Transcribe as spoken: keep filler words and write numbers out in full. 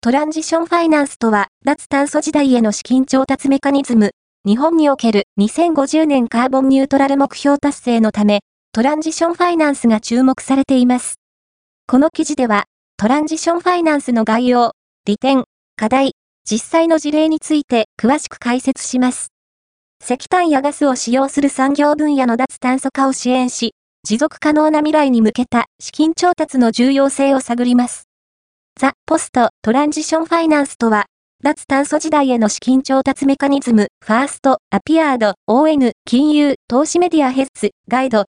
トランジションファイナンスとは、脱炭素時代への資金調達メカニズム、日本におけるにせんごじゅうねんカーボンニュートラル目標達成のため、トランジションファイナンスが注目されています。この記事では、トランジションファイナンスの概要、利点、課題、実際の事例について詳しく解説します。石炭やガスを使用する産業分野の脱炭素化を支援し、持続可能な未来に向けた資金調達の重要性を探ります。ザ・ポスト・トランジションファイナンスとは、脱炭素時代への資金調達メカニズム、ファースト・アピアード、オーエヌ、金融、投資メディアヘッズ、ガイド、